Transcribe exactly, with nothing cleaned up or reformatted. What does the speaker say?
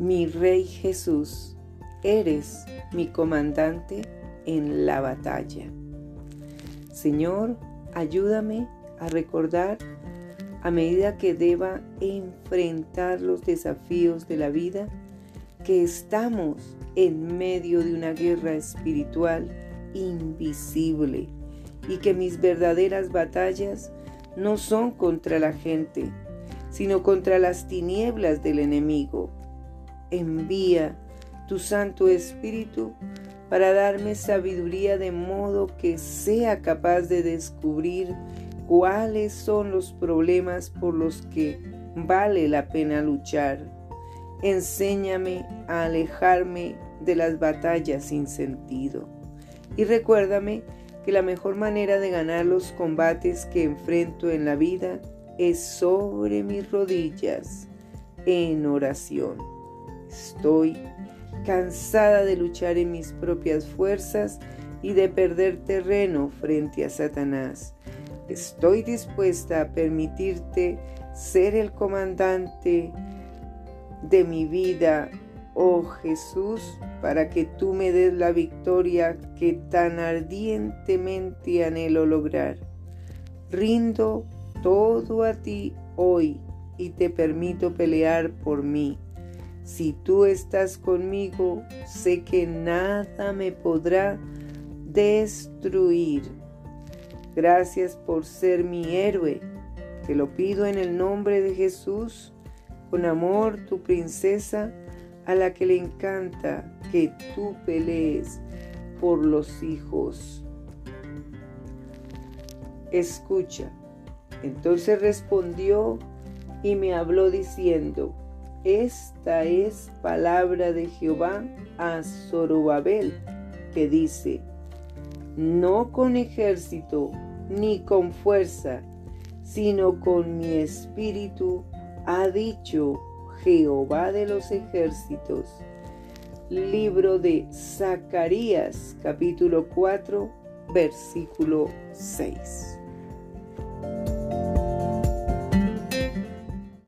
Mi Rey Jesús, eres mi comandante en la batalla. Señor, ayúdame a recordar a medida que deba enfrentar los desafíos de la vida que estamos en medio de una guerra espiritual invisible y que mis verdaderas batallas no son contra la gente, sino contra las tinieblas del enemigo. Envía tu Santo Espíritu para darme sabiduría de modo que sea capaz de descubrir cuáles son los problemas por los que vale la pena luchar. Enséñame a alejarme de las batallas sin sentido. Y recuérdame que la mejor manera de ganar los combates que enfrento en la vida es sobre mis rodillas, en oración. Estoy cansada de luchar en mis propias fuerzas y de perder terreno frente a Satanás. Estoy dispuesta a permitirte ser el comandante de mi vida, oh Jesús, para que tú me des la victoria que tan ardientemente anhelo lograr. Rindo todo a ti hoy y te permito pelear por mí. Si tú estás conmigo, sé que nada me podrá destruir. Gracias por ser mi héroe. Te lo pido en el nombre de Jesús. Con amor, tu princesa, a la que le encanta que tú pelees por los hijos. Escucha. Entonces respondió y me habló diciendo: esta es palabra de Jehová a Zorobabel, que dice: no con ejército ni con fuerza, sino con mi espíritu, ha dicho Jehová de los ejércitos. Libro de Zacarías, capítulo cuatro, versículo seis.